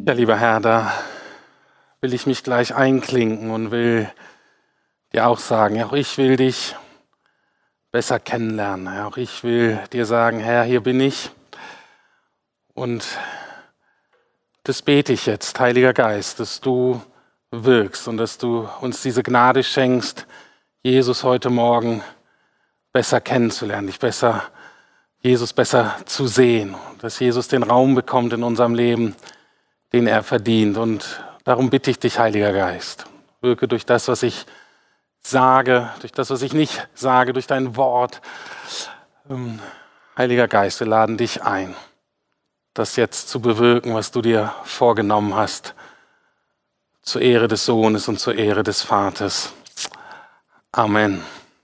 Ja, lieber Herr, da will ich mich gleich einklinken und will dir auch sagen, auch ich will dich besser kennenlernen. Auch ich will dir sagen, Herr, hier bin ich. Und das bete ich jetzt, Heiliger Geist, dass du wirkst und dass du uns diese Gnade schenkst, Jesus heute Morgen besser kennenzulernen, Jesus besser zu sehen, dass Jesus den Raum bekommt in unserem Leben, den er verdient. Und darum bitte ich dich, Heiliger Geist, wirke durch das, was ich sage, durch das, was ich nicht sage, durch dein Wort. Heiliger Geist, wir laden dich ein, das jetzt zu bewirken, was du dir vorgenommen hast, zur Ehre des Sohnes und zur Ehre des Vaters. Amen.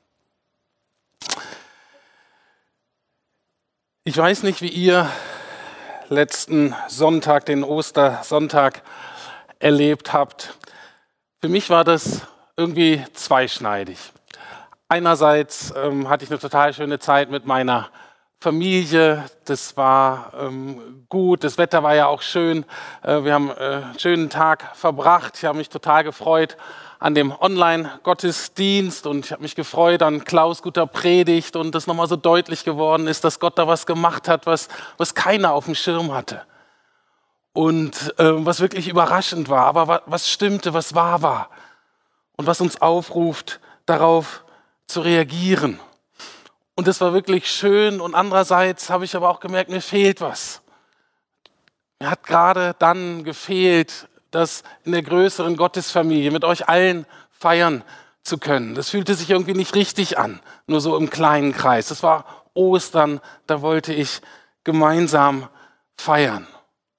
Ich weiß nicht, wie ihr letzten Sonntag, den Ostersonntag, erlebt habt. Für mich war das irgendwie zweischneidig. Einerseits hatte ich eine total schöne Zeit mit meiner Familie. Das war gut, das Wetter war ja auch schön. Wir haben einen schönen Tag verbracht. Ich habe mich total gefreut an dem Online-Gottesdienst und ich habe mich gefreut an Klaus' guter Predigt und das nochmal so deutlich geworden ist, dass Gott da was gemacht hat, was keiner auf dem Schirm hatte. Und was wirklich überraschend war, aber was stimmte, was wahr war und was uns aufruft, darauf zu reagieren. Und das war wirklich schön und andererseits habe ich aber auch gemerkt, mir fehlt was. Mir hat gerade dann gefehlt, das in der größeren Gottesfamilie mit euch allen feiern zu können. Das fühlte sich irgendwie nicht richtig an, nur so im kleinen Kreis. Das war Ostern, da wollte ich gemeinsam feiern.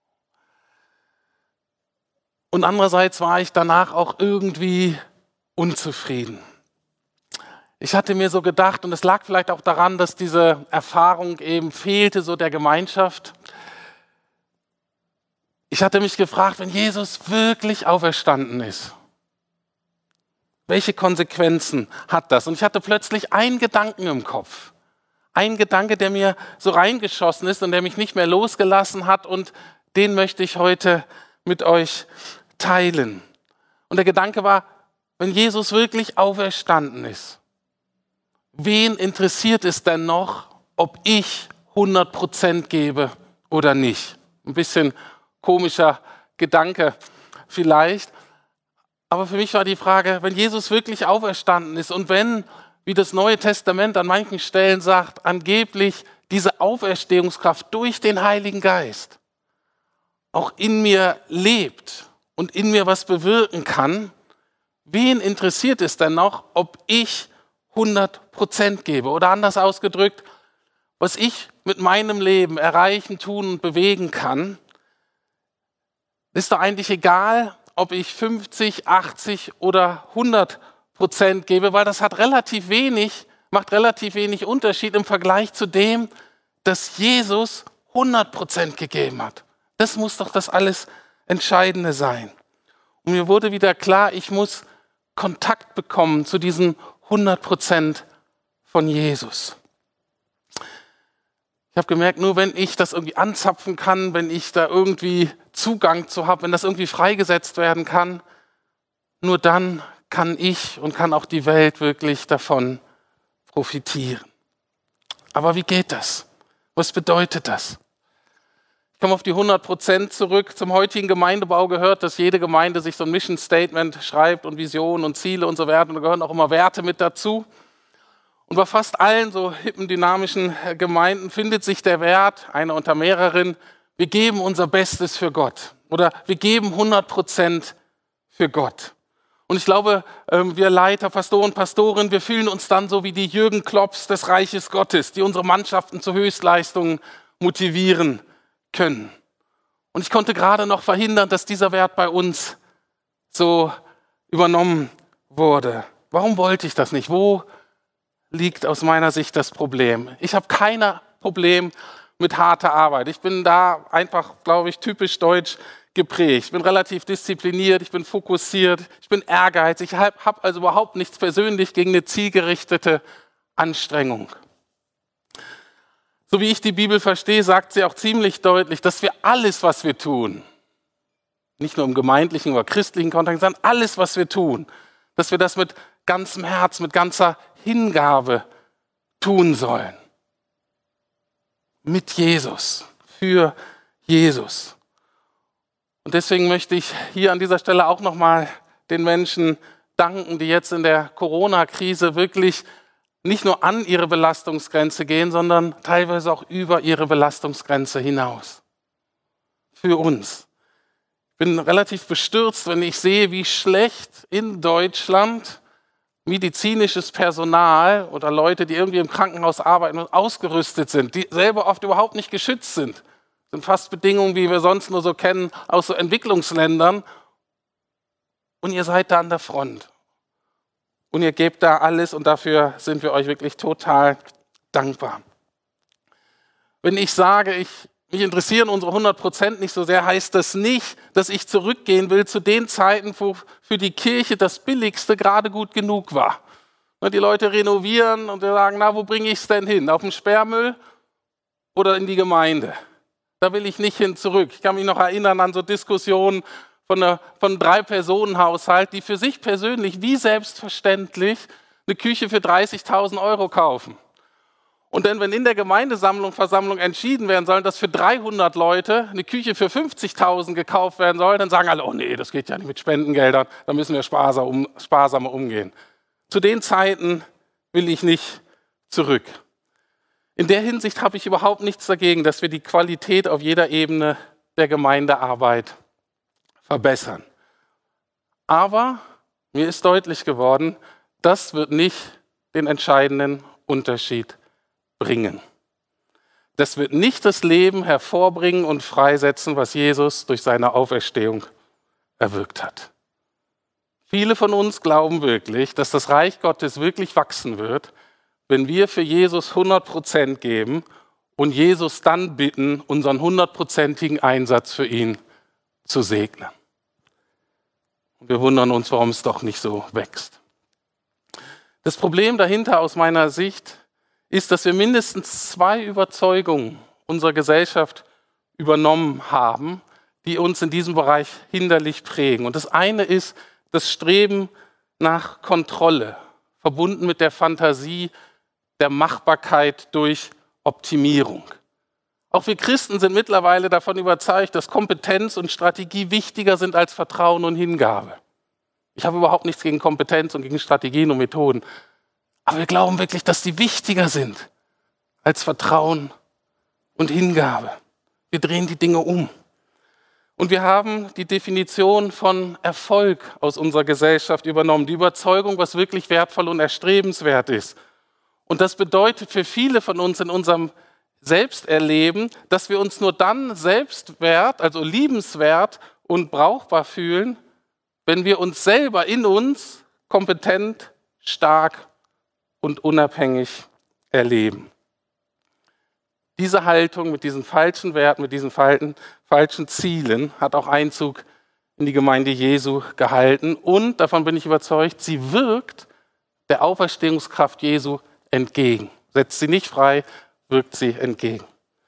Und andererseits war ich danach auch irgendwie unzufrieden. Ich hatte mir so gedacht, und es lag vielleicht auch daran, dass diese Erfahrung eben fehlte, so der Gemeinschaft. Ich hatte mich gefragt, wenn Jesus wirklich auferstanden ist, welche Konsequenzen hat das? Und ich hatte plötzlich einen Gedanken im Kopf. Ein Gedanke, der mir so reingeschossen ist und der mich nicht mehr losgelassen hat und den möchte ich heute mit euch teilen. Und der Gedanke war, wenn Jesus wirklich auferstanden ist, wen interessiert es denn noch, ob ich 100% gebe oder nicht? Ein bisschen komischer Gedanke vielleicht. Aber für mich war die Frage, wenn Jesus wirklich auferstanden ist und wenn, wie das Neue Testament an manchen Stellen sagt, angeblich diese Auferstehungskraft durch den Heiligen Geist auch in mir lebt und in mir was bewirken kann, wen interessiert es denn noch, ob ich 100% gebe? Oder anders ausgedrückt, was ich mit meinem Leben erreichen, tun und bewegen kann, ist doch eigentlich egal, ob ich 50, 80 oder 100% gebe, weil das macht relativ wenig Unterschied im Vergleich zu dem, dass Jesus 100% gegeben hat. Das muss doch das alles Entscheidende sein. Und mir wurde wieder klar, ich muss Kontakt bekommen zu diesen 100% von Jesus. Ich habe gemerkt, nur wenn ich das irgendwie anzapfen kann, wenn ich da irgendwie Zugang zu habe, wenn das irgendwie freigesetzt werden kann, nur dann kann ich und kann auch die Welt wirklich davon profitieren. Aber wie geht das? Was bedeutet das? Ich komme auf die 100% zurück. Zum heutigen Gemeindebau gehört, dass jede Gemeinde sich so ein Mission Statement schreibt und Visionen und Ziele und so weiter. Und da gehören auch immer Werte mit dazu. Und bei fast allen so hippen, dynamischen Gemeinden findet sich der Wert, einer unter mehreren, wir geben unser Bestes für Gott. Oder wir geben 100% für Gott. Und ich glaube, wir Leiter, Pastoren, Pastorinnen, wir fühlen uns dann so wie die Jürgen Klopps des Reiches Gottes, die unsere Mannschaften zu Höchstleistungen motivieren können. Und ich konnte gerade noch verhindern, dass dieser Wert bei uns so übernommen wurde. Warum wollte ich das nicht? Wo liegt aus meiner Sicht das Problem? Ich habe kein Problem mit harter Arbeit. Ich bin da einfach, glaube ich, typisch deutsch geprägt. Ich bin relativ diszipliniert, ich bin fokussiert, ich bin ehrgeizig. Ich habe also überhaupt nichts persönlich gegen eine zielgerichtete Anstrengung. So wie ich die Bibel verstehe, sagt sie auch ziemlich deutlich, dass wir alles, was wir tun, nicht nur im gemeindlichen oder christlichen Kontext, sondern alles, was wir tun, dass wir das mit ganzem Herz, mit ganzer Hingabe tun sollen. Mit Jesus, für Jesus. Und deswegen möchte ich hier an dieser Stelle auch nochmal den Menschen danken, die jetzt in der Corona-Krise wirklich nicht nur an ihre Belastungsgrenze gehen, sondern teilweise auch über ihre Belastungsgrenze hinaus. Für uns. Ich bin relativ bestürzt, wenn ich sehe, wie schlecht in Deutschland medizinisches Personal oder Leute, die irgendwie im Krankenhaus arbeiten und ausgerüstet sind, die selber oft überhaupt nicht geschützt sind. Das sind fast Bedingungen, wie wir sonst nur so kennen, aus so Entwicklungsländern. Und ihr seid da an der Front. Und ihr gebt da alles und dafür sind wir euch wirklich total dankbar. Wenn ich sage, mich interessieren unsere 100% nicht so sehr, heißt das nicht, dass ich zurückgehen will zu den Zeiten, wo für die Kirche das Billigste gerade gut genug war. Und die Leute renovieren und sagen, na, wo bringe ich es denn hin? Auf den Sperrmüll oder in die Gemeinde? Da will ich nicht hin zurück. Ich kann mich noch erinnern an so Diskussionen von 3-Personen-Haushalt, die für sich persönlich wie selbstverständlich eine Küche für 30.000 Euro kaufen. Und dann, wenn in der Versammlung entschieden werden soll, dass für 300 Leute eine Küche für 50.000 gekauft werden soll, dann sagen alle, oh nee, das geht ja nicht mit Spendengeldern, da müssen wir sparsamer umgehen. Zu den Zeiten will ich nicht zurück. In der Hinsicht habe ich überhaupt nichts dagegen, dass wir die Qualität auf jeder Ebene der Gemeindearbeit verbessern. Aber mir ist deutlich geworden, das wird nicht den entscheidenden Unterschied bringen. Das wird nicht das Leben hervorbringen und freisetzen, was Jesus durch seine Auferstehung erwirkt hat. Viele von uns glauben wirklich, dass das Reich Gottes wirklich wachsen wird, wenn wir für Jesus 100% geben und Jesus dann bitten, unseren 100%igen Einsatz für ihn zu segnen. Und wir wundern uns, warum es doch nicht so wächst. Das Problem dahinter aus meiner Sicht ist, dass wir mindestens 2 Überzeugungen unserer Gesellschaft übernommen haben, die uns in diesem Bereich hinderlich prägen. Und das eine ist das Streben nach Kontrolle, verbunden mit der Fantasie der Machbarkeit durch Optimierung. Auch wir Christen sind mittlerweile davon überzeugt, dass Kompetenz und Strategie wichtiger sind als Vertrauen und Hingabe. Ich habe überhaupt nichts gegen Kompetenz und gegen Strategien und Methoden. Aber wir glauben wirklich, dass die wichtiger sind als Vertrauen und Hingabe. Wir drehen die Dinge um. Und wir haben die Definition von Erfolg aus unserer Gesellschaft übernommen. Die Überzeugung, was wirklich wertvoll und erstrebenswert ist. Und das bedeutet für viele von uns in unserem Selbsterleben, dass wir uns nur dann selbstwert, also liebenswert und brauchbar fühlen, wenn wir uns selber in uns kompetent, stark und unabhängig erleben. Diese Haltung mit diesen falschen Werten, mit diesen falschen Zielen hat auch Einzug in die Gemeinde Jesu gehalten und, davon bin ich überzeugt, sie wirkt der Auferstehungskraft Jesu entgegen. Setzt sie nicht frei, wirkt sie entgegen.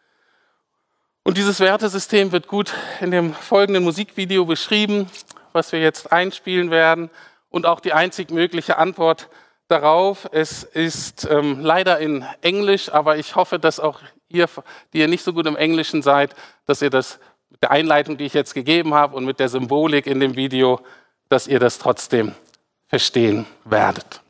Und dieses Wertesystem wird gut in dem folgenden Musikvideo beschrieben, was wir jetzt einspielen werden und auch die einzig mögliche Antwort darauf. Es ist leider in Englisch, aber ich hoffe, dass auch ihr, die ihr nicht so gut im Englischen seid, dass ihr das mit der Einleitung, die ich jetzt gegeben habe und mit der Symbolik in dem Video, dass ihr das trotzdem verstehen werdet.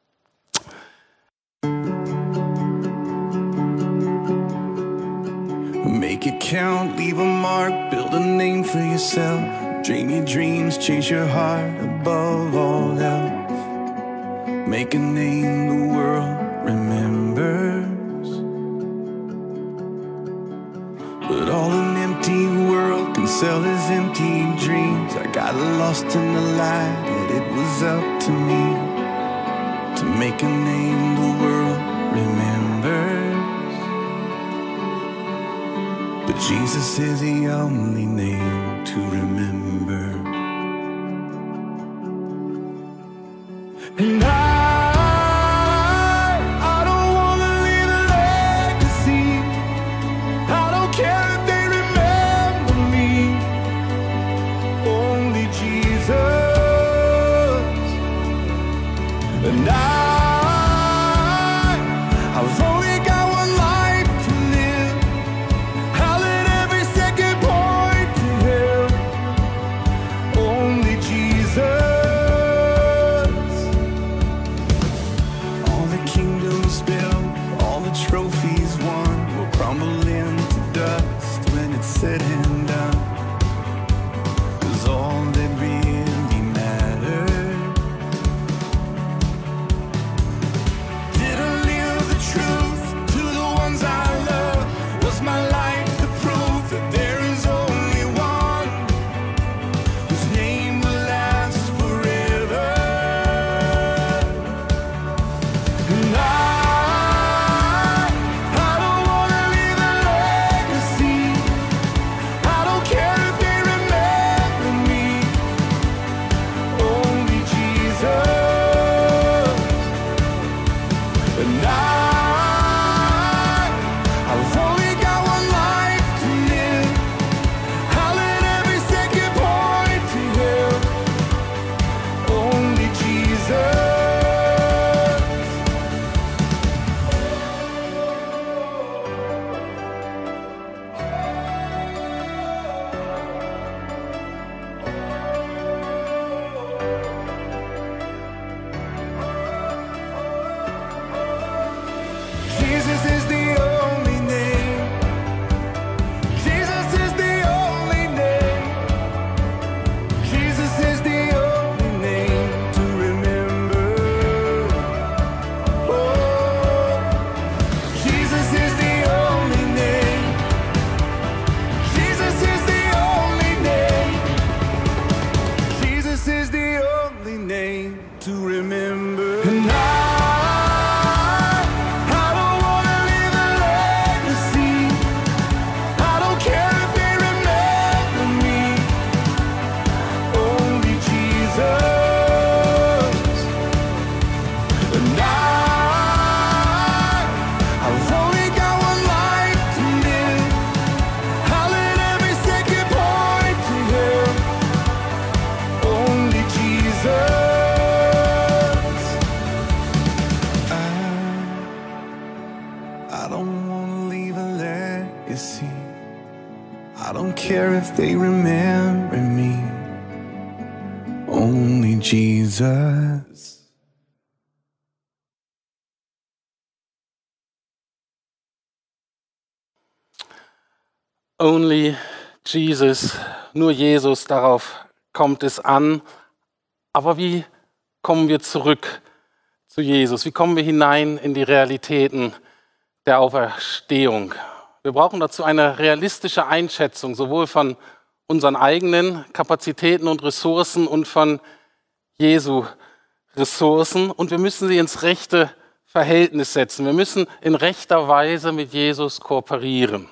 Make it count, leave a mark, build a name for yourself. Dream your dreams, chase your heart above all else. Make a name the world remembers. But all an empty world can sell is empty dreams. I got lost in the light, and it was up to me to make a name the world remembers. But Jesus is the only name to remember. And I don't wanna leave a legacy. I don't care if they remember me. Oh, I don't care if they remember me. Only Jesus. Only Jesus, nur Jesus, darauf kommt es an. Aber wie kommen wir zurück zu Jesus? Wie kommen wir hinein in die Realitäten der Auferstehung? Wir brauchen dazu eine realistische Einschätzung, sowohl von unseren eigenen Kapazitäten und Ressourcen und von Jesu Ressourcen. Und wir müssen sie ins rechte Verhältnis setzen. Wir müssen in rechter Weise mit Jesus kooperieren.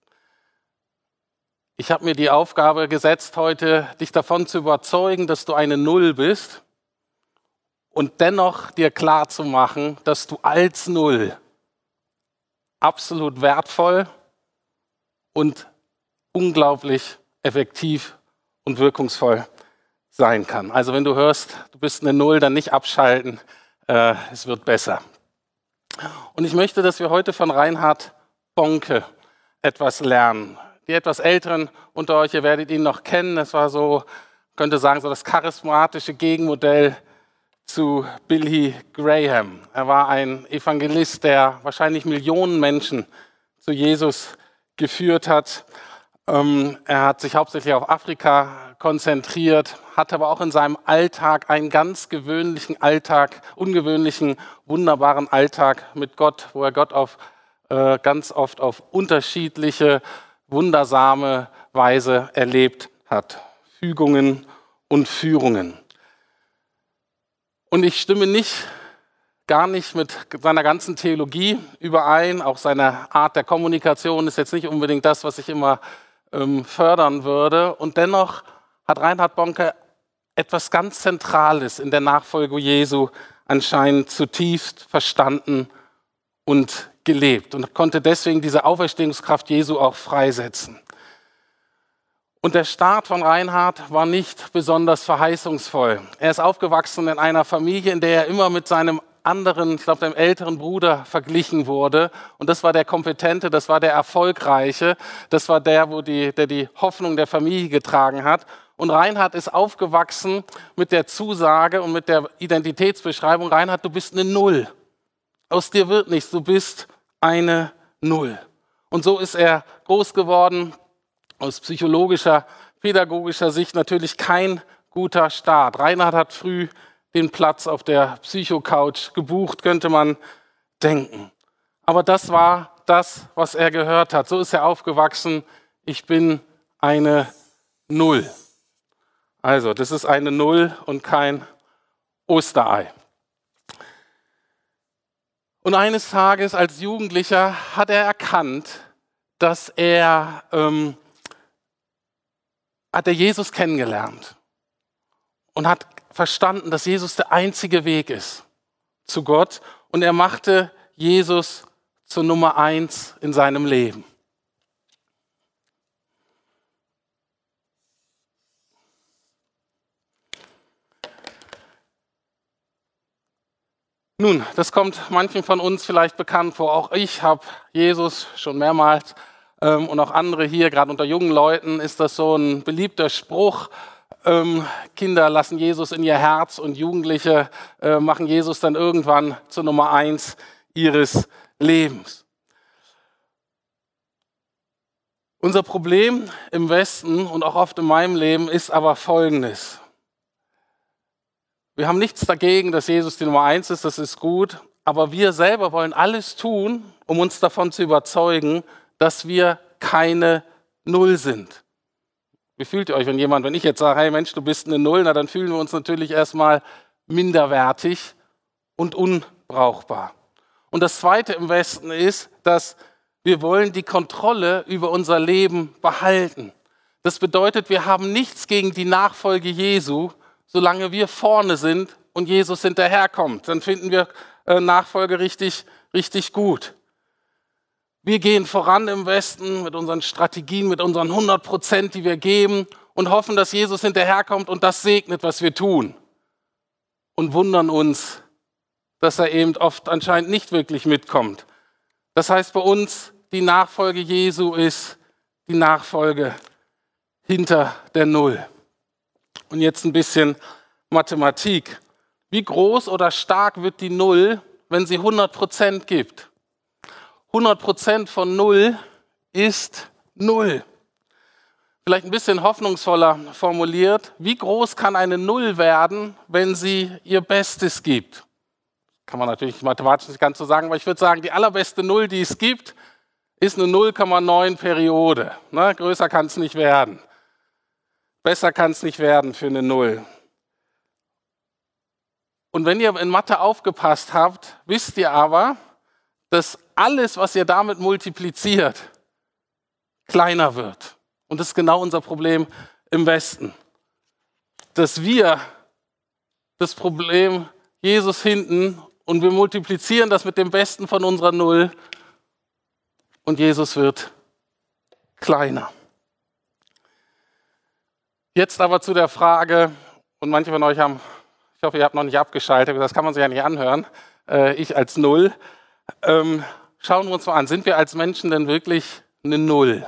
Ich habe mir die Aufgabe gesetzt, heute dich davon zu überzeugen, dass du eine Null bist und dennoch dir klar zu machen, dass du als Null absolut wertvoll und unglaublich effektiv und wirkungsvoll sein kann. Also wenn du hörst, du bist eine Null, dann nicht abschalten, es wird besser. Und ich möchte, dass wir heute von Reinhard Bonke etwas lernen. Die etwas Älteren unter euch, ihr werdet ihn noch kennen. Das war so, könnte sagen, so das charismatische Gegenmodell zu Billy Graham. Er war ein Evangelist, der wahrscheinlich Millionen Menschen zu Jesus geführt hat. Er hat sich hauptsächlich auf Afrika konzentriert, hatte aber auch in seinem Alltag einen ganz gewöhnlichen Alltag, ungewöhnlichen, wunderbaren Alltag mit Gott, wo er Gott ganz oft auf unterschiedliche wundersame Weise erlebt hat. Fügungen und Führungen. Und ich stimme gar nicht mit seiner ganzen Theologie überein. Auch seine Art der Kommunikation ist jetzt nicht unbedingt das, was ich immer fördern würde. Und dennoch hat Reinhard Bonke etwas ganz Zentrales in der Nachfolge Jesu anscheinend zutiefst verstanden und gelebt und konnte deswegen diese Auferstehungskraft Jesu auch freisetzen. Und der Start von Reinhard war nicht besonders verheißungsvoll. Er ist aufgewachsen in einer Familie, in der er immer mit seinem anderen, ich glaube, dem älteren Bruder verglichen wurde. Und das war der Kompetente, das war der Erfolgreiche, das war der die Hoffnung der Familie getragen hat. Und Reinhard ist aufgewachsen mit der Zusage und mit der Identitätsbeschreibung, Reinhard, du bist eine Null. Aus dir wird nichts, du bist eine Null. Und so ist er groß geworden, aus psychologischer, pädagogischer Sicht natürlich kein guter Start. Reinhard hat früh den Platz auf der Psycho-Couch gebucht, könnte man denken. Aber das war das, was er gehört hat. So ist er aufgewachsen, ich bin eine Null. Also, das ist eine Null und kein Osterei. Und eines Tages als Jugendlicher hat er erkannt, dass er Jesus kennengelernt und hat verstanden, dass Jesus der einzige Weg ist zu Gott. Und er machte Jesus zur Nummer 1 in seinem Leben. Nun, das kommt manchen von uns vielleicht bekannt vor. Auch ich habe Jesus schon mehrmals und auch andere hier, gerade unter jungen Leuten, ist das so ein beliebter Spruch. Kinder lassen Jesus in ihr Herz und Jugendliche machen Jesus dann irgendwann zur Nummer 1 ihres Lebens. Unser Problem im Westen und auch oft in meinem Leben ist aber Folgendes. Wir haben nichts dagegen, dass Jesus die Nummer 1 ist, das ist gut, aber wir selber wollen alles tun, um uns davon zu überzeugen, dass wir keine Null sind. Wie fühlt ihr euch, wenn ich jetzt sage, hey Mensch, du bist eine Null, na dann fühlen wir uns natürlich erstmal minderwertig und unbrauchbar. Und das Zweite im Westen ist, dass wir wollen die Kontrolle über unser Leben behalten. Das bedeutet, wir haben nichts gegen die Nachfolge Jesu, solange wir vorne sind und Jesus hinterherkommt. Dann finden wir Nachfolge richtig gut. Wir gehen voran im Westen mit unseren Strategien, mit unseren 100%, die wir geben und hoffen, dass Jesus hinterherkommt und das segnet, was wir tun. Und wundern uns, dass er eben oft anscheinend nicht wirklich mitkommt. Das heißt bei uns, die Nachfolge Jesu ist die Nachfolge hinter der Null. Und jetzt ein bisschen Mathematik. Wie groß oder stark wird die Null, wenn sie 100% gibt? 100% von Null ist Null. Vielleicht ein bisschen hoffnungsvoller formuliert. Wie groß kann eine Null werden, wenn sie ihr Bestes gibt? Kann man natürlich mathematisch nicht ganz so sagen, aber ich würde sagen, die allerbeste Null, die es gibt, ist eine 0,9 Periode. Ne? Größer kann es nicht werden. Besser kann es nicht werden für eine Null. Und wenn ihr in Mathe aufgepasst habt, wisst ihr aber, dass alles, was ihr damit multipliziert, kleiner wird. Und das ist genau unser Problem im Westen. Dass wir das Problem Jesus hinten und wir multiplizieren das mit dem Besten von unserer Null und Jesus wird kleiner. Jetzt aber zu der Frage, und manche von euch haben, ich hoffe, ihr habt noch nicht abgeschaltet, das kann man sich ja nicht anhören, ich als Null. Schauen wir uns mal an, sind wir als Menschen denn wirklich eine Null?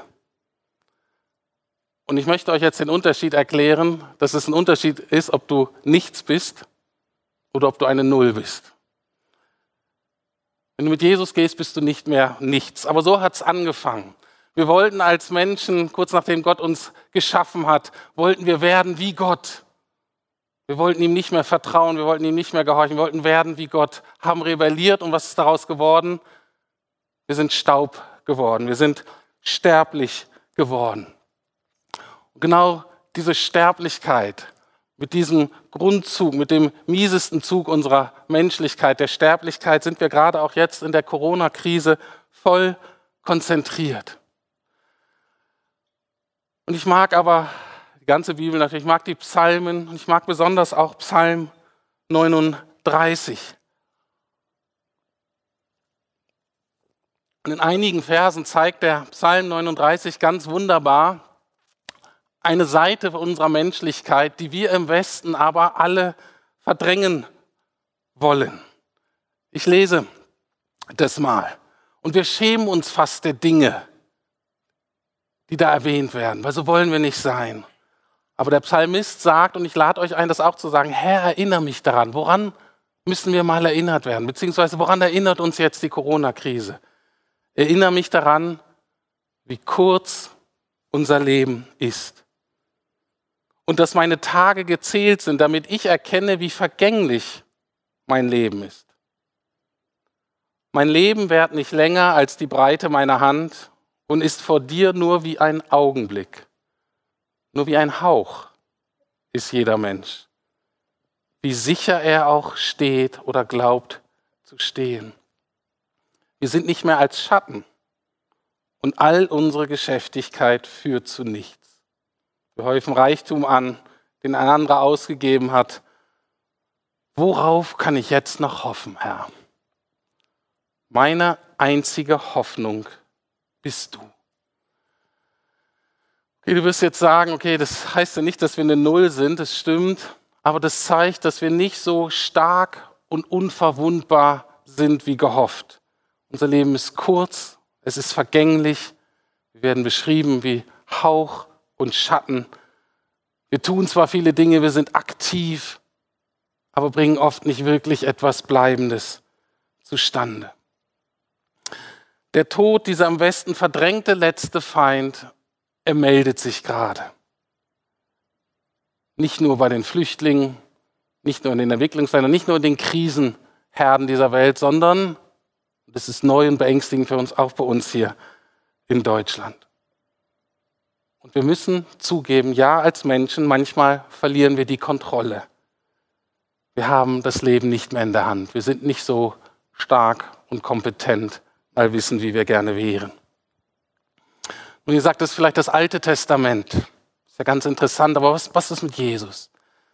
Und ich möchte euch jetzt den Unterschied erklären, dass es ein Unterschied ist, ob du nichts bist oder ob du eine Null bist. Wenn du mit Jesus gehst, bist du nicht mehr nichts. Aber so hat es angefangen. Wir wollten als Menschen, kurz nachdem Gott uns geschaffen hat, wollten wir werden wie Gott. Wir wollten ihm nicht mehr vertrauen, wir wollten ihm nicht mehr gehorchen, wir wollten werden wie Gott, haben rebelliert und was ist daraus geworden? Wir sind Staub geworden, wir sind sterblich geworden. Und genau diese Sterblichkeit, mit diesem Grundzug, mit dem miesesten Zug unserer Menschlichkeit, der Sterblichkeit, sind wir gerade auch jetzt in der Corona-Krise voll konzentriert. Und ich mag aber die ganze Bibel natürlich, ich mag die Psalmen und ich mag besonders auch Psalm 39. Und in einigen Versen zeigt der Psalm 39 ganz wunderbar eine Seite unserer Menschlichkeit, die wir im Westen aber alle verdrängen wollen. Ich lese das mal. Und wir schämen uns fast der Dinge, die da erwähnt werden, weil so wollen wir nicht sein. Aber der Psalmist sagt, und ich lade euch ein, das auch zu sagen, Herr, erinnere mich daran. Woran müssen wir mal erinnert werden? Beziehungsweise woran erinnert uns jetzt die Corona-Krise? Erinnere mich daran, wie kurz unser Leben ist. Und dass meine Tage gezählt sind, damit ich erkenne, wie vergänglich mein Leben ist. Mein Leben währt nicht länger als die Breite meiner Hand und ist vor dir nur wie ein Augenblick. Nur wie ein Hauch ist jeder Mensch. Wie sicher er auch steht oder glaubt zu stehen. Wir sind nicht mehr als Schatten und all unsere Geschäftigkeit führt zu nichts. Wir häufen Reichtum an, den ein anderer ausgegeben hat. Worauf kann ich jetzt noch hoffen, Herr? Meine einzige Hoffnung bist du. Okay, du wirst jetzt sagen, okay, das heißt ja nicht, dass wir eine Null sind, das stimmt, aber das zeigt, dass wir nicht so stark und unverwundbar sind wie gehofft. Unser Leben ist kurz, es ist vergänglich, wir werden beschrieben wie Hauch und Schatten. Wir tun zwar viele Dinge, wir sind aktiv, aber bringen oft nicht wirklich etwas Bleibendes zustande. Der Tod, dieser am Westen verdrängte letzte Feind, er meldet sich gerade. Nicht nur bei den Flüchtlingen, nicht nur in den Entwicklungsländern, nicht nur in den Krisenherden dieser Welt, sondern, das ist neu und beängstigend für uns, auch bei uns hier in Deutschland. Und wir müssen zugeben, ja, als Menschen, manchmal verlieren wir die Kontrolle. Wir haben das Leben nicht mehr in der Hand. Wir sind nicht so stark und kompetent, mal wissen, wie wir gerne wären. Und ihr sagt, das ist vielleicht das Alte Testament. Ist ja ganz interessant, aber was ist mit Jesus?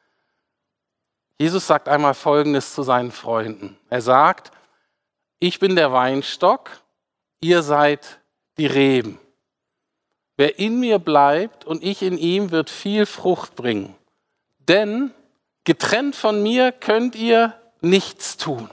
Jesus sagt einmal Folgendes zu seinen Freunden. Er sagt, ich bin der Weinstock, ihr seid die Reben. Wer in mir bleibt und ich in ihm, wird viel Frucht bringen. Denn getrennt von mir könnt ihr nichts tun.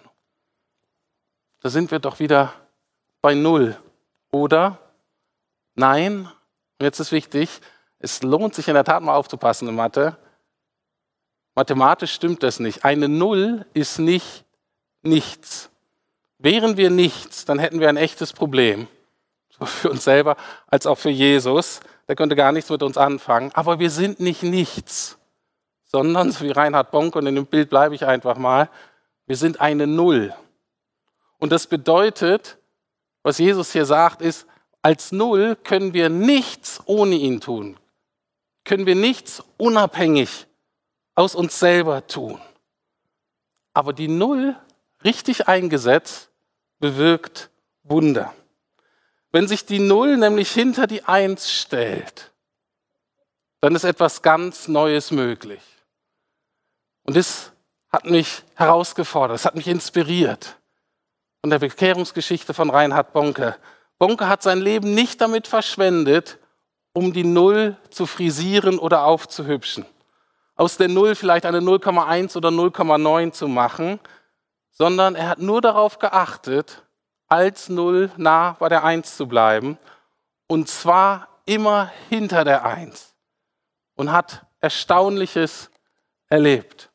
Da sind wir doch wieder bei Null, oder? Nein, Und jetzt ist wichtig, es lohnt sich in der Tat mal aufzupassen in Mathe. Mathematisch stimmt das nicht. Eine Null ist nicht nichts. Wären wir nichts, dann hätten wir ein echtes Problem. Sowohl für uns selber als auch für Jesus. Der könnte gar nichts mit uns anfangen. Aber wir sind nicht nichts, sondern, so wie Reinhard Bonke, und in dem Bild bleibe ich einfach mal, wir sind eine Null. Und das bedeutet, was Jesus hier sagt, ist, als Null können wir nichts ohne ihn tun. Können wir nichts unabhängig aus uns selber tun. Aber die Null, richtig eingesetzt, bewirkt Wunder. Wenn sich die Null nämlich hinter die Eins stellt, dann ist etwas ganz Neues möglich. Und das hat mich herausgefordert, das hat mich inspiriert. Von der Bekehrungsgeschichte von Reinhard Bonke. Bonke hat sein Leben nicht damit verschwendet, um die Null zu frisieren oder aufzuhübschen. Aus der Null vielleicht eine 0,1 oder 0,9 zu machen, sondern er hat nur darauf geachtet, als Null nah bei der Eins zu bleiben, und zwar immer hinter der Eins, und hat Erstaunliches erlebt.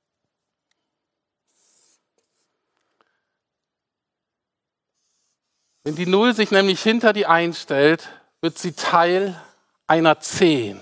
Wenn die Null sich nämlich hinter die Eins stellt, wird sie Teil einer 10.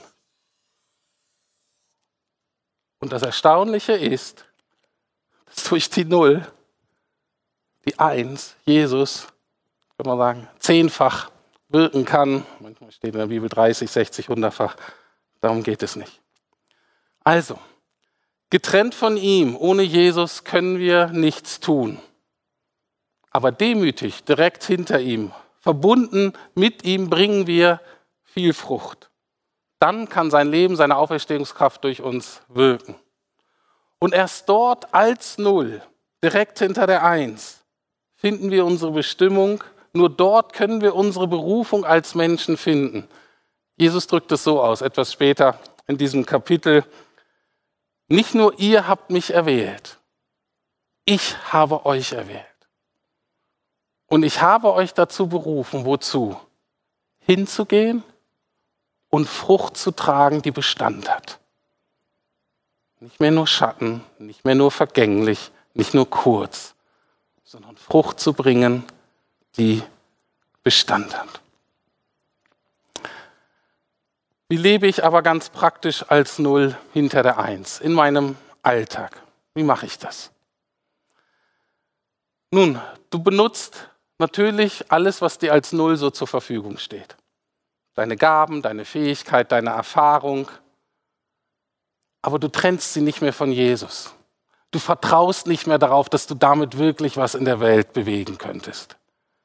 Und das Erstaunliche ist, dass durch die Null die Eins, Jesus, kann man sagen, 10-fach wirken kann. Manchmal steht in der Bibel 30, 60, 100-fach. Darum geht es nicht. Also, getrennt von ihm, ohne Jesus, können wir nichts tun. Aber demütig, direkt hinter ihm, verbunden mit ihm, bringen wir viel Frucht. Dann kann sein Leben, seine Auferstehungskraft durch uns wirken. Und erst dort als Null, direkt hinter der Eins, finden wir unsere Bestimmung. Nur dort können wir unsere Berufung als Menschen finden. Jesus drückt es so aus, etwas später in diesem Kapitel. Nicht nur ihr habt mich erwählt, ich habe euch erwählt. Und ich habe euch dazu berufen, wozu? Hinzugehen und Frucht zu tragen, die Bestand hat. Nicht mehr nur Schatten, nicht mehr nur vergänglich, nicht nur kurz, sondern Frucht zu bringen, die Bestand hat. Wie lebe ich aber ganz praktisch als Null hinter der Eins in meinem Alltag? Wie mache ich das? Nun, du benutzt natürlich alles, was dir als Null so zur Verfügung steht. Deine Gaben, deine Fähigkeit, deine Erfahrung. Aber du trennst sie nicht mehr von Jesus. Du vertraust nicht mehr darauf, dass du damit wirklich was in der Welt bewegen könntest.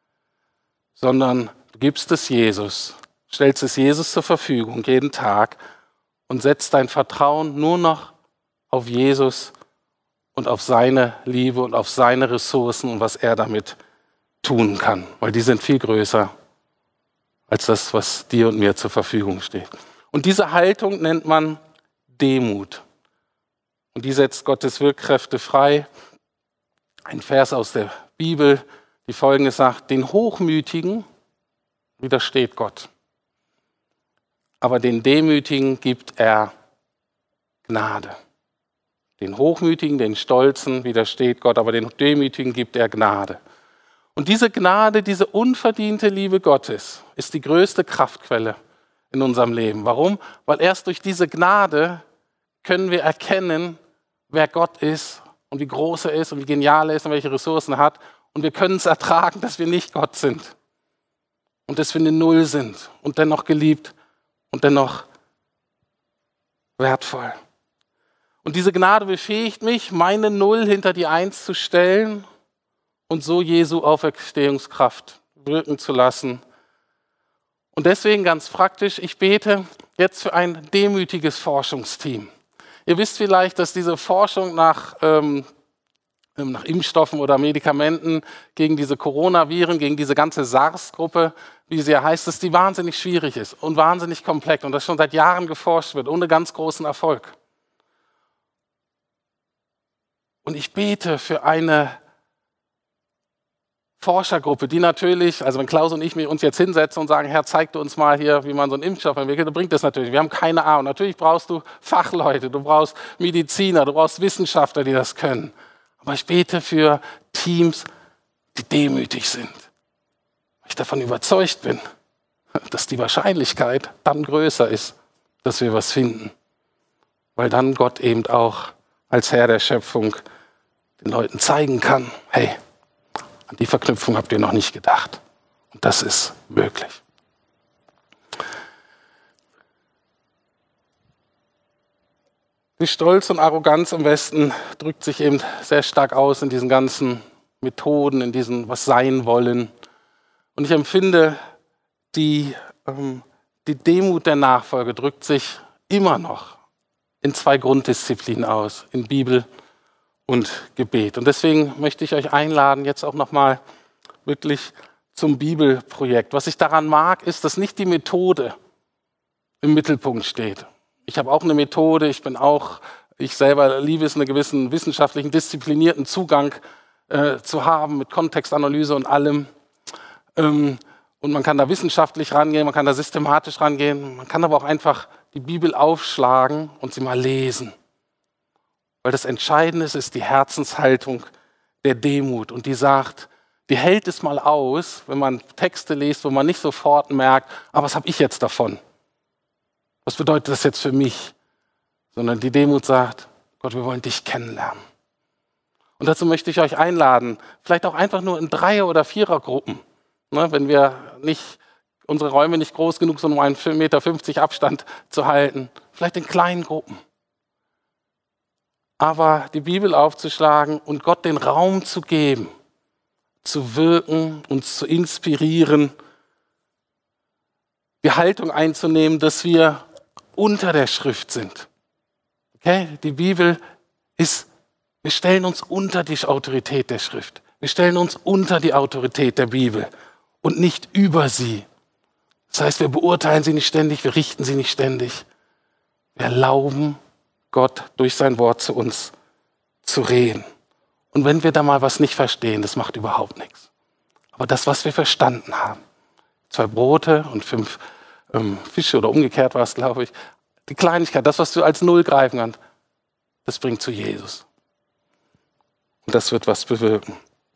Sondern du gibst es Jesus, stellst es Jesus zur Verfügung jeden Tag und setzt dein Vertrauen nur noch auf Jesus und auf seine Liebe und auf seine Ressourcen und was er damit tun kann. Weil die sind viel größer als das, was dir und mir zur Verfügung steht. Und diese Haltung nennt man Demut. Und die setzt Gottes Wirkkräfte frei. Ein Vers aus der Bibel, die Folgendes sagt: Den Hochmütigen widersteht Gott, aber den Demütigen gibt er Gnade. Den Hochmütigen, den Stolzen widersteht Gott, aber den Demütigen gibt er Gnade. Und diese Gnade, diese unverdiente Liebe Gottes ist die größte Kraftquelle in unserem Leben. Warum? Weil erst durch diese Gnade können wir erkennen, wer Gott ist und wie groß er ist und wie genial er ist und welche Ressourcen er hat. Und wir können es ertragen, dass wir nicht Gott sind und dass wir eine Null sind und dennoch geliebt und dennoch wertvoll. Und diese Gnade befähigt mich, meine Null hinter die Eins zu stellen und so Jesu Auferstehungskraft wirken zu lassen. Und deswegen ganz praktisch, ich bete jetzt für ein demütiges Forschungsteam. Ihr wisst vielleicht, dass diese Forschung nach Impfstoffen oder Medikamenten gegen diese Coronaviren, gegen diese ganze SARS-Gruppe, wie sie ja heißt, dass die wahnsinnig schwierig ist und wahnsinnig komplex und das schon seit Jahren geforscht wird, ohne ganz großen Erfolg. Und ich bete für eine Forschergruppe, die natürlich, also wenn Klaus und ich uns jetzt hinsetzen und sagen, Herr, zeig du uns mal hier, wie man so einen Impfstoff entwickelt, dann bringt das natürlich. Wir haben keine Ahnung. Natürlich brauchst du Fachleute, du brauchst Mediziner, du brauchst Wissenschaftler, die das können. Aber ich bete für Teams, die demütig sind. Weil ich davon überzeugt bin, dass die Wahrscheinlichkeit dann größer ist, dass wir was finden. Weil dann Gott eben auch als Herr der Schöpfung den Leuten zeigen kann, hey, an die Verknüpfung habt ihr noch nicht gedacht. Und das ist möglich. Die Stolz und Arroganz im Westen drückt sich eben sehr stark aus in diesen ganzen Methoden, in diesen was sein wollen. Und ich empfinde, die Demut der Nachfolge drückt sich immer noch in 2 Grunddisziplinen aus, in Bibel und Gebet. Und deswegen möchte ich euch einladen, jetzt auch nochmal wirklich zum Bibelprojekt. Was ich daran mag, ist, dass nicht die Methode im Mittelpunkt steht. Ich habe auch eine Methode, ich selber liebe es, einen gewissen wissenschaftlichen, disziplinierten Zugang zu haben mit Kontextanalyse und allem. Und man kann da wissenschaftlich rangehen, man kann da systematisch rangehen, man kann aber auch einfach die Bibel aufschlagen und sie mal lesen. Weil das Entscheidende ist die Herzenshaltung der Demut. Und die sagt, die hält es mal aus, wenn man Texte liest, wo man nicht sofort merkt, was habe ich jetzt davon? Was bedeutet das jetzt für mich? Sondern die Demut sagt, Gott, wir wollen dich kennenlernen. Und dazu möchte ich euch einladen, vielleicht auch einfach nur in 3er- oder 4er-Gruppen. Ne, wenn wir unsere Räume nicht groß genug sind, um einen 1,50 Meter Abstand zu halten, vielleicht in kleinen Gruppen. Aber die Bibel aufzuschlagen und Gott den Raum zu geben, zu wirken, uns zu inspirieren, die Haltung einzunehmen, dass wir unter der Schrift sind. Okay? Die Bibel ist, wir stellen uns unter die Autorität der Schrift. Wir stellen uns unter die Autorität der Bibel und nicht über sie. Das heißt, wir beurteilen sie nicht ständig, wir richten sie nicht ständig. Wir erlauben Gott durch sein Wort zu uns zu reden. Und wenn wir da mal was nicht verstehen, das macht überhaupt nichts. Aber das, was wir verstanden haben, 2 Brote und 5 Fische oder umgekehrt war es, glaube ich, die Kleinigkeit, das, was du als Null greifen kannst, das bringt zu Jesus. Und das wird was bewirken.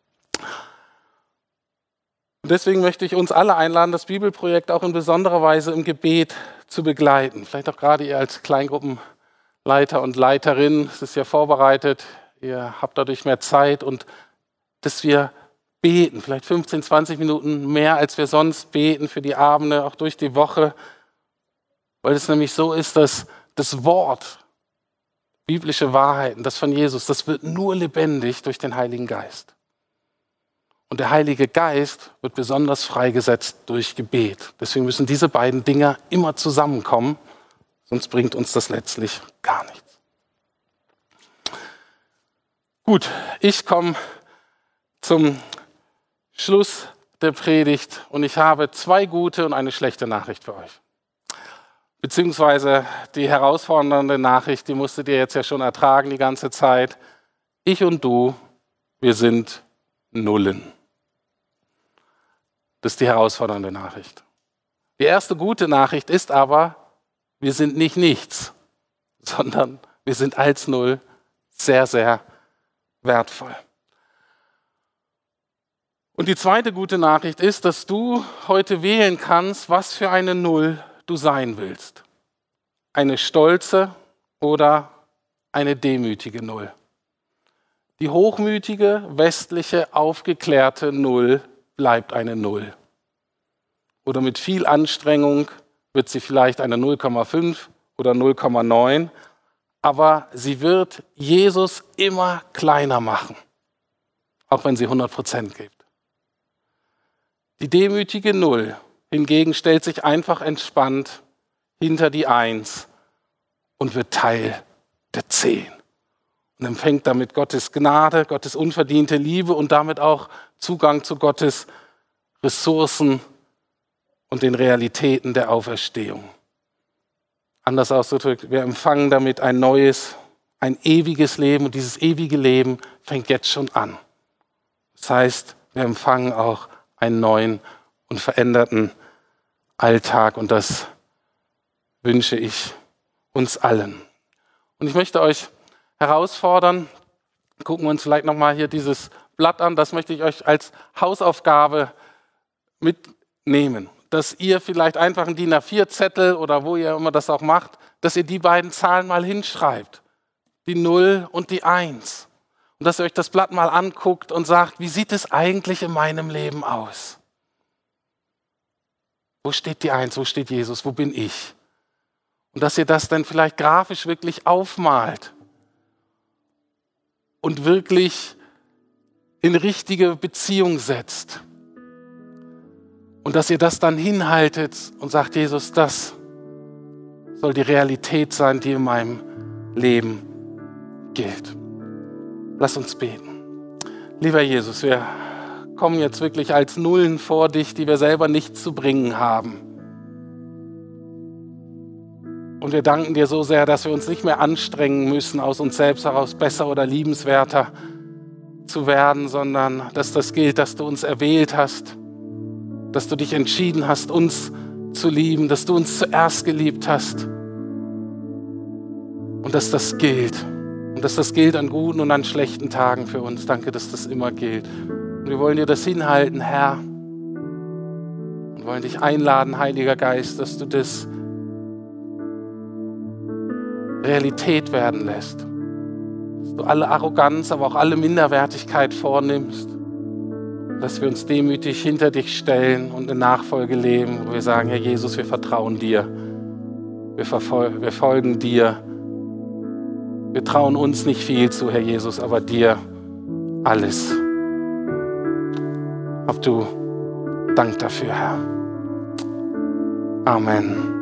Und deswegen möchte ich uns alle einladen, das Bibelprojekt auch in besonderer Weise im Gebet zu begleiten. Vielleicht auch gerade ihr als Kleingruppenleiter und Leiterin, es ist ja vorbereitet, ihr habt dadurch mehr Zeit und dass wir beten, vielleicht 15, 20 Minuten mehr, als wir sonst beten für die Abende, auch durch die Woche, weil es nämlich so ist, dass das Wort, biblische Wahrheiten, das von Jesus, das wird nur lebendig durch den Heiligen Geist. Und der Heilige Geist wird besonders freigesetzt durch Gebet. Deswegen müssen diese beiden Dinge immer zusammenkommen, sonst bringt uns das letztlich gar nichts. Gut, ich komme zum Schluss der Predigt und ich habe 2 gute und eine schlechte Nachricht für euch. Beziehungsweise die herausfordernde Nachricht, die musstet ihr jetzt ja schon ertragen die ganze Zeit. Ich und du, wir sind Nullen. Das ist die herausfordernde Nachricht. Die erste gute Nachricht ist aber, wir sind nicht nichts, sondern wir sind als Null sehr, sehr wertvoll. Und die zweite gute Nachricht ist, dass du heute wählen kannst, was für eine Null du sein willst. Eine stolze oder eine demütige Null. Die hochmütige, westliche, aufgeklärte Null bleibt eine Null. Oder mit viel Anstrengung wird sie vielleicht eine 0,5 oder 0,9, aber sie wird Jesus immer kleiner machen, auch wenn sie 100% gibt. Die demütige Null hingegen stellt sich einfach entspannt hinter die 1 und wird Teil der 10 und empfängt damit Gottes Gnade, Gottes unverdiente Liebe und damit auch Zugang zu Gottes Ressourcen und den Realitäten der Auferstehung. Anders ausgedrückt, wir empfangen damit ein neues, ein ewiges Leben und dieses ewige Leben fängt jetzt schon an. Das heißt, Wir empfangen auch einen neuen und veränderten Alltag und das wünsche ich uns allen. Und ich möchte euch herausfordern, gucken wir uns vielleicht nochmal hier dieses Blatt an, das möchte ich euch als Hausaufgabe mitnehmen, dass ihr vielleicht einfach einen DIN A4-Zettel oder wo ihr immer das auch macht, dass ihr die beiden Zahlen mal hinschreibt, die 0 und die 1. Und dass ihr euch das Blatt mal anguckt und sagt, wie sieht es eigentlich in meinem Leben aus? Wo steht die 1, wo steht Jesus, wo bin ich? Und dass ihr das dann vielleicht grafisch wirklich aufmalt und wirklich in richtige Beziehung setzt. Und dass ihr das dann hinhaltet und sagt, Jesus, das soll die Realität sein, die in meinem Leben gilt. Lass uns beten. Lieber Jesus, wir kommen jetzt wirklich als Nullen vor dich, die wir selber nicht zu bringen haben. Und wir danken dir so sehr, dass wir uns nicht mehr anstrengen müssen, aus uns selbst heraus besser oder liebenswerter zu werden, sondern dass das gilt, dass du uns erwählt hast, dass du dich entschieden hast, uns zu lieben, dass du uns zuerst geliebt hast und dass das gilt. Und dass das gilt an guten und an schlechten Tagen für uns. Danke, dass das immer gilt. Und wir wollen dir das hinhalten, Herr. Und wollen dich einladen, Heiliger Geist, dass du das Realität werden lässt. Dass du alle Arroganz, aber auch alle Minderwertigkeit vornimmst. Dass wir uns demütig hinter dich stellen und in Nachfolge leben, wo wir sagen, Herr Jesus, wir vertrauen dir. Wir folgen dir. Wir trauen uns nicht viel zu, Herr Jesus, aber dir alles. Hab du Dank dafür, Herr. Amen.